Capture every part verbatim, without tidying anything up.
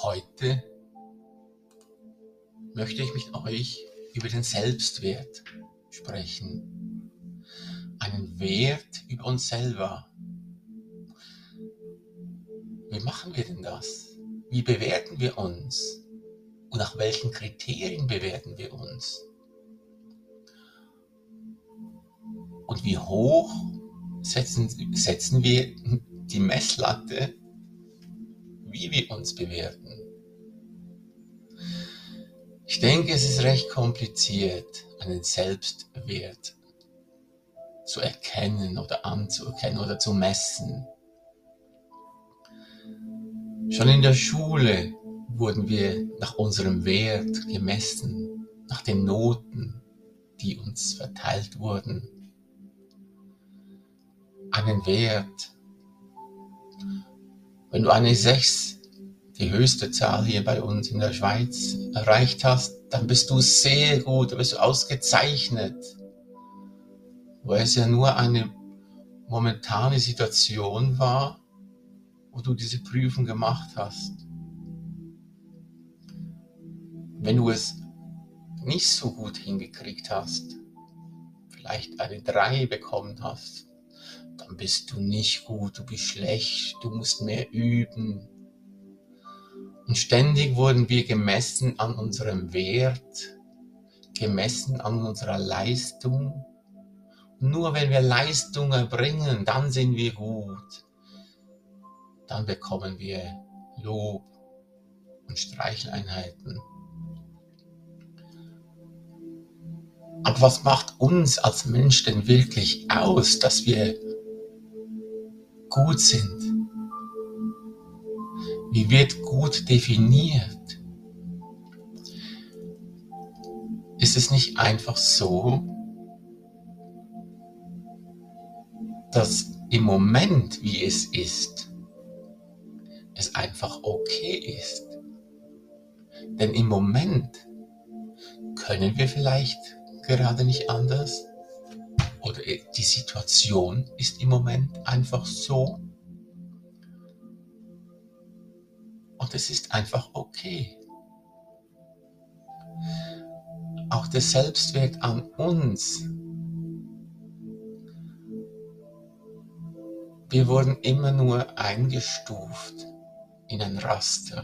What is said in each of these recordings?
Heute möchte ich mit euch über den Selbstwert sprechen. Einen Wert über uns selber. Wie machen wir denn das? Wie bewerten wir uns? Und nach welchen Kriterien bewerten wir uns? Und wie hoch setzen, setzen wir die Messlatte, wie wir uns bewerten? Ich denke, es ist recht kompliziert, einen Selbstwert zu erkennen oder anzuerkennen oder zu messen. Schon in der Schule wurden wir nach unserem Wert gemessen, nach den Noten, die uns verteilt wurden. Einen Wert. Wenn du eine sechs, die höchste Zahl hier bei uns in der Schweiz, erreicht hast, dann bist du sehr gut, dann bist du ausgezeichnet. Wo es ja nur eine momentane Situation war, wo du diese Prüfung gemacht hast. Wenn du es nicht so gut hingekriegt hast, vielleicht eine drei bekommen hast, dann bist du nicht gut, du bist schlecht, du musst mehr üben. Und ständig wurden wir gemessen an unserem Wert, gemessen an unserer Leistung. Nur wenn wir Leistung erbringen, dann sind wir gut. Dann bekommen wir Lob und Streicheleinheiten. Aber was macht uns als Mensch denn wirklich aus, dass wir gut sind? Wie wird gut definiert? Ist es nicht einfach so, dass im Moment, wie es ist, es einfach okay ist? Denn im Moment können wir vielleicht gerade nicht anders, oder die Situation ist im Moment einfach so und es ist einfach okay. Auch der Selbstwert an uns. Wir wurden immer nur eingestuft in ein Raster.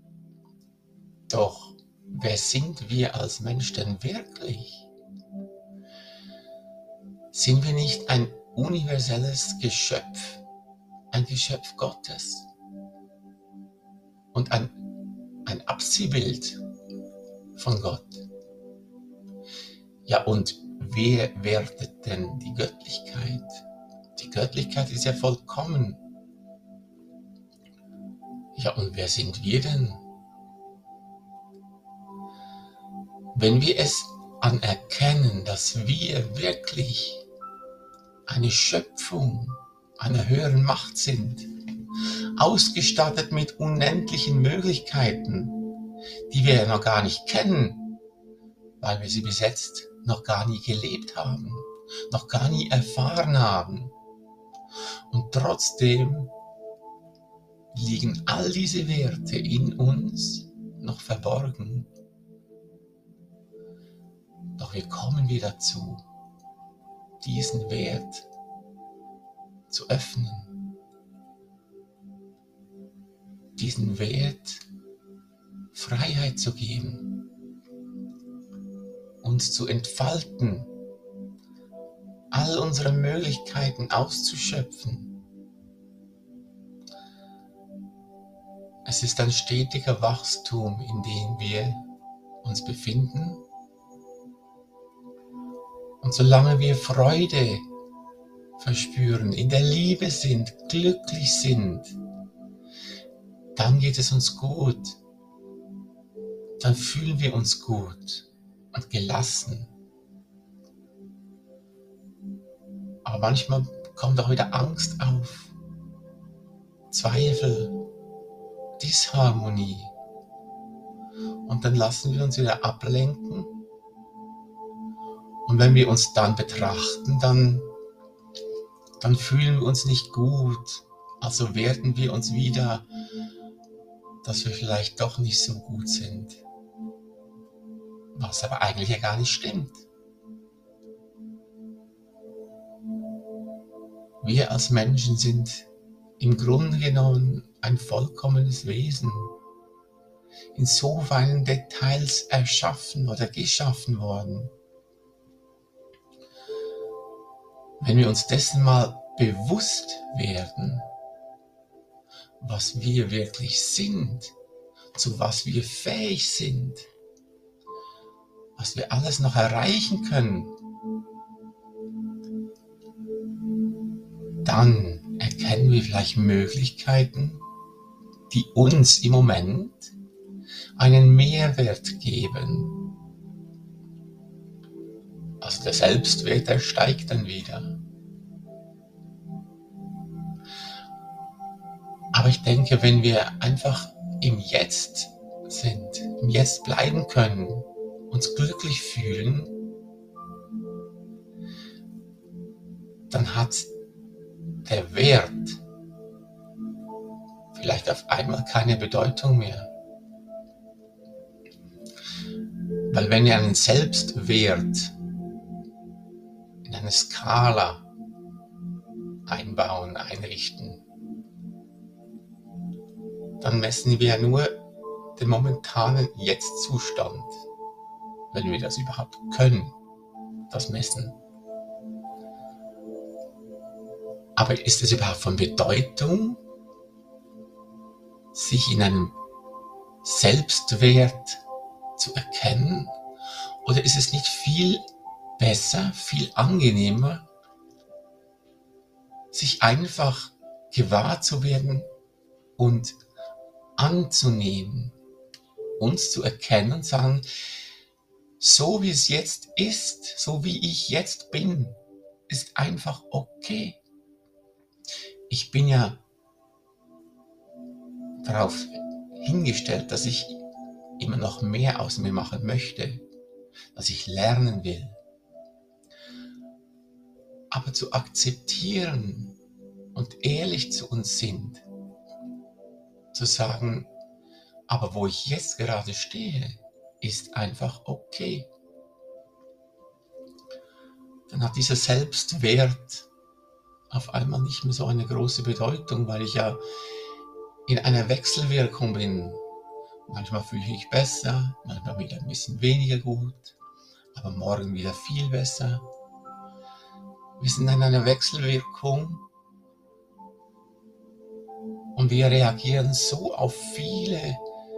Doch wer sind wir als Mensch denn wirklich? Sind wir nicht ein universelles Geschöpf, ein Geschöpf Gottes und ein, ein Abziehbild von Gott? Ja, und wer wertet denn die Göttlichkeit? Die Göttlichkeit ist ja vollkommen. Ja, und wer sind wir denn? Wenn wir es anerkennen, dass wir wirklich eine Schöpfung einer höheren Macht sind, ausgestattet mit unendlichen Möglichkeiten, die wir ja noch gar nicht kennen, weil wir sie bis jetzt noch gar nie gelebt haben, noch gar nie erfahren haben. Und trotzdem liegen all diese Werte in uns noch verborgen. Doch wie kommen wir dazu, diesen Wert zu öffnen? Diesen Wert Freiheit zu geben, uns zu entfalten, all unsere Möglichkeiten auszuschöpfen. Es ist ein stetiger Wachstum, in dem wir uns befinden. Und solange wir Freude verspüren, in der Liebe sind, glücklich sind, dann geht es uns gut. Dann fühlen wir uns gut und gelassen. Aber manchmal kommt auch wieder Angst auf, Zweifel, Disharmonie. Und dann lassen wir uns wieder ablenken. Und wenn wir uns dann betrachten, dann, dann fühlen wir uns nicht gut. Also werten wir uns wieder dass wir vielleicht doch nicht so gut sind, was aber eigentlich ja gar nicht stimmt. Wir als Menschen sind im Grunde genommen ein vollkommenes Wesen, in so vielen Details erschaffen oder geschaffen worden. Wenn wir uns dessen mal bewusst werden, was wir wirklich sind, zu was wir fähig sind, was wir alles noch erreichen können, dann erkennen wir vielleicht Möglichkeiten, die uns im Moment einen Mehrwert geben. Also der Selbstwert, der steigt dann wieder. Aber ich denke, wenn wir einfach im Jetzt sind, im Jetzt bleiben können, uns glücklich fühlen, dann hat der Wert vielleicht auf einmal keine Bedeutung mehr. Weil wenn wir einen Selbstwert in eine Skala einbauen, einrichten, dann messen wir nur den momentanen Jetzt-Zustand, wenn wir das überhaupt können, das messen. Aber ist es überhaupt von Bedeutung, sich in einem Selbstwert zu erkennen? Oder ist es nicht viel besser, viel angenehmer, sich einfach gewahr zu werden und anzunehmen, uns zu erkennen und sagen, so wie es jetzt ist, so wie ich jetzt bin, ist einfach okay. Ich bin ja darauf hingestellt, dass ich immer noch mehr aus mir machen möchte, dass ich lernen will. Aber zu akzeptieren und ehrlich zu uns sind, zu sagen, aber wo ich jetzt gerade stehe, ist einfach okay. Dann hat dieser Selbstwert auf einmal nicht mehr so eine große Bedeutung, weil ich ja in einer Wechselwirkung bin. Manchmal fühle ich mich besser, manchmal wieder ein bisschen weniger gut, aber morgen wieder viel besser. Wir sind in einer Wechselwirkung und wir reagieren so auf viele,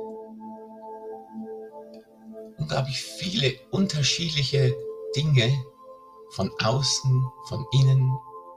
unglaublich viele unterschiedliche Dinge von außen, von innen.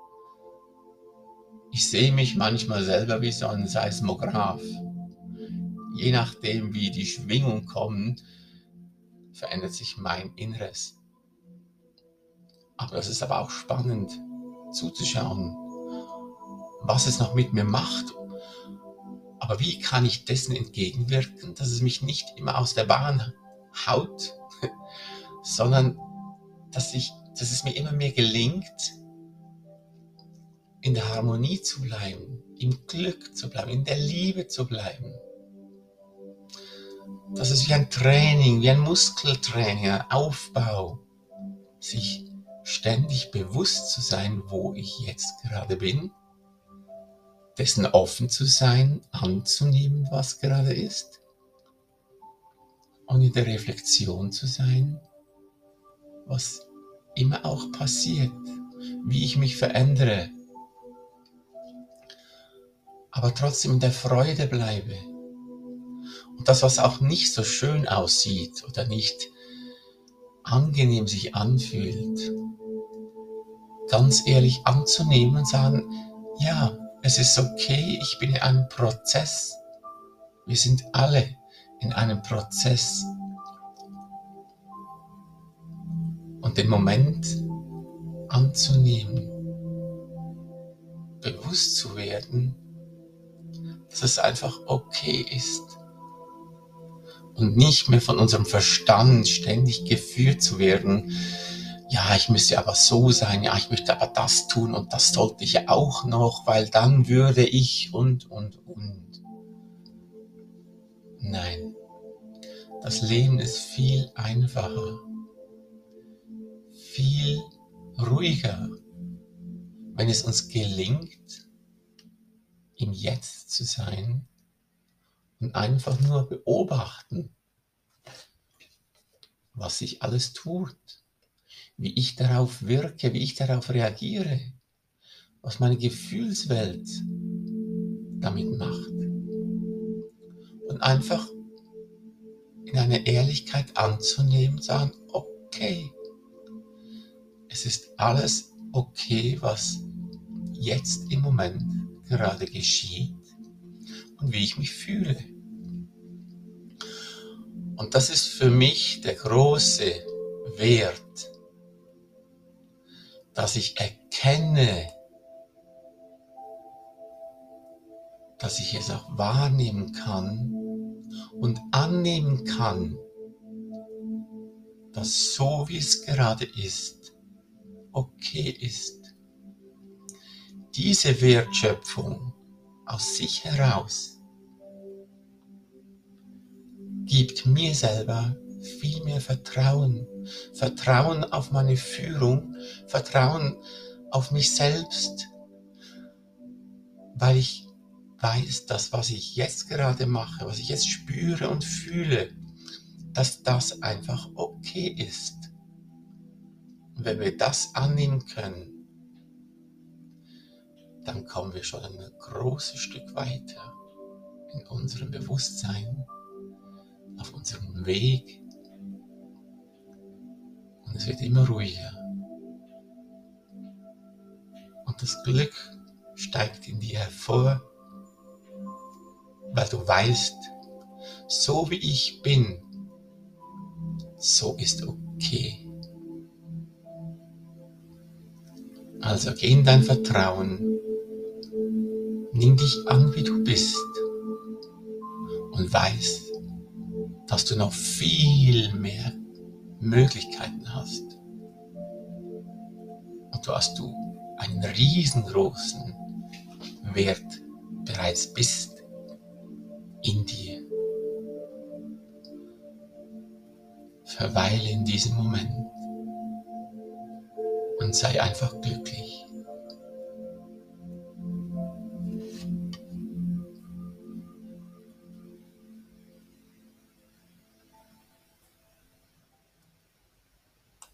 Ich sehe mich manchmal selber wie so ein Seismograph. Je nachdem, wie die Schwingungen kommen, verändert sich mein Inneres. Aber es ist aber auch spannend zuzuschauen, was es noch mit mir macht. Aber wie kann ich dessen entgegenwirken, dass es mich nicht immer aus der Bahn haut, sondern dass, ich, dass es mir immer mehr gelingt, in der Harmonie zu bleiben, im Glück zu bleiben, in der Liebe zu bleiben. Das ist wie ein Training, wie ein Muskeltraining, ein Aufbau, sich ständig bewusst zu sein, wo ich jetzt gerade bin, dessen offen zu sein, anzunehmen, was gerade ist, und in der Reflexion zu sein, was immer auch passiert, wie ich mich verändere, aber trotzdem in der Freude bleibe. Und das, was auch nicht so schön aussieht oder nicht angenehm sich anfühlt, ganz ehrlich anzunehmen und sagen, ja, es ist okay, ich bin in einem Prozess. Wir sind alle in einem Prozess. Und den Moment anzunehmen, bewusst zu werden, dass es einfach okay ist. Und nicht mehr von unserem Verstand ständig geführt zu werden, ja, ich müsste aber so sein, ja, ich möchte aber das tun und das sollte ich ja auch noch, weil dann würde ich und, und, und. Nein, das Leben ist viel einfacher, viel ruhiger, wenn es uns gelingt, im Jetzt zu sein und einfach nur beobachten, was sich alles tut, wie ich darauf wirke, wie ich darauf reagiere, was meine Gefühlswelt damit macht. Und einfach in einer Ehrlichkeit anzunehmen, sagen, okay, es ist alles okay, was jetzt im Moment gerade geschieht und wie ich mich fühle. Und das ist für mich der große Wert, dass ich erkenne, dass ich es auch wahrnehmen kann und annehmen kann, dass so wie es gerade ist, okay ist. Diese Wertschöpfung aus sich heraus gibt mir selber viel mehr Vertrauen. Vertrauen auf meine Führung, Vertrauen auf mich selbst, weil ich weiß, dass was ich jetzt gerade mache, was ich jetzt spüre und fühle, dass das einfach okay ist. Und wenn wir das annehmen können, dann kommen wir schon ein großes Stück weiter in unserem Bewusstsein, auf unserem Weg. Und es wird immer ruhiger. Und das Glück steigt in dir hervor, weil du weißt, so wie ich bin, so ist okay. Also geh in dein Vertrauen, nimm dich an, wie du bist und weiß, dass du noch viel mehr Möglichkeiten hast. Und du hast du einen riesengroßen Wert bereits bist in dir. Verweile in diesem Moment und sei einfach glücklich.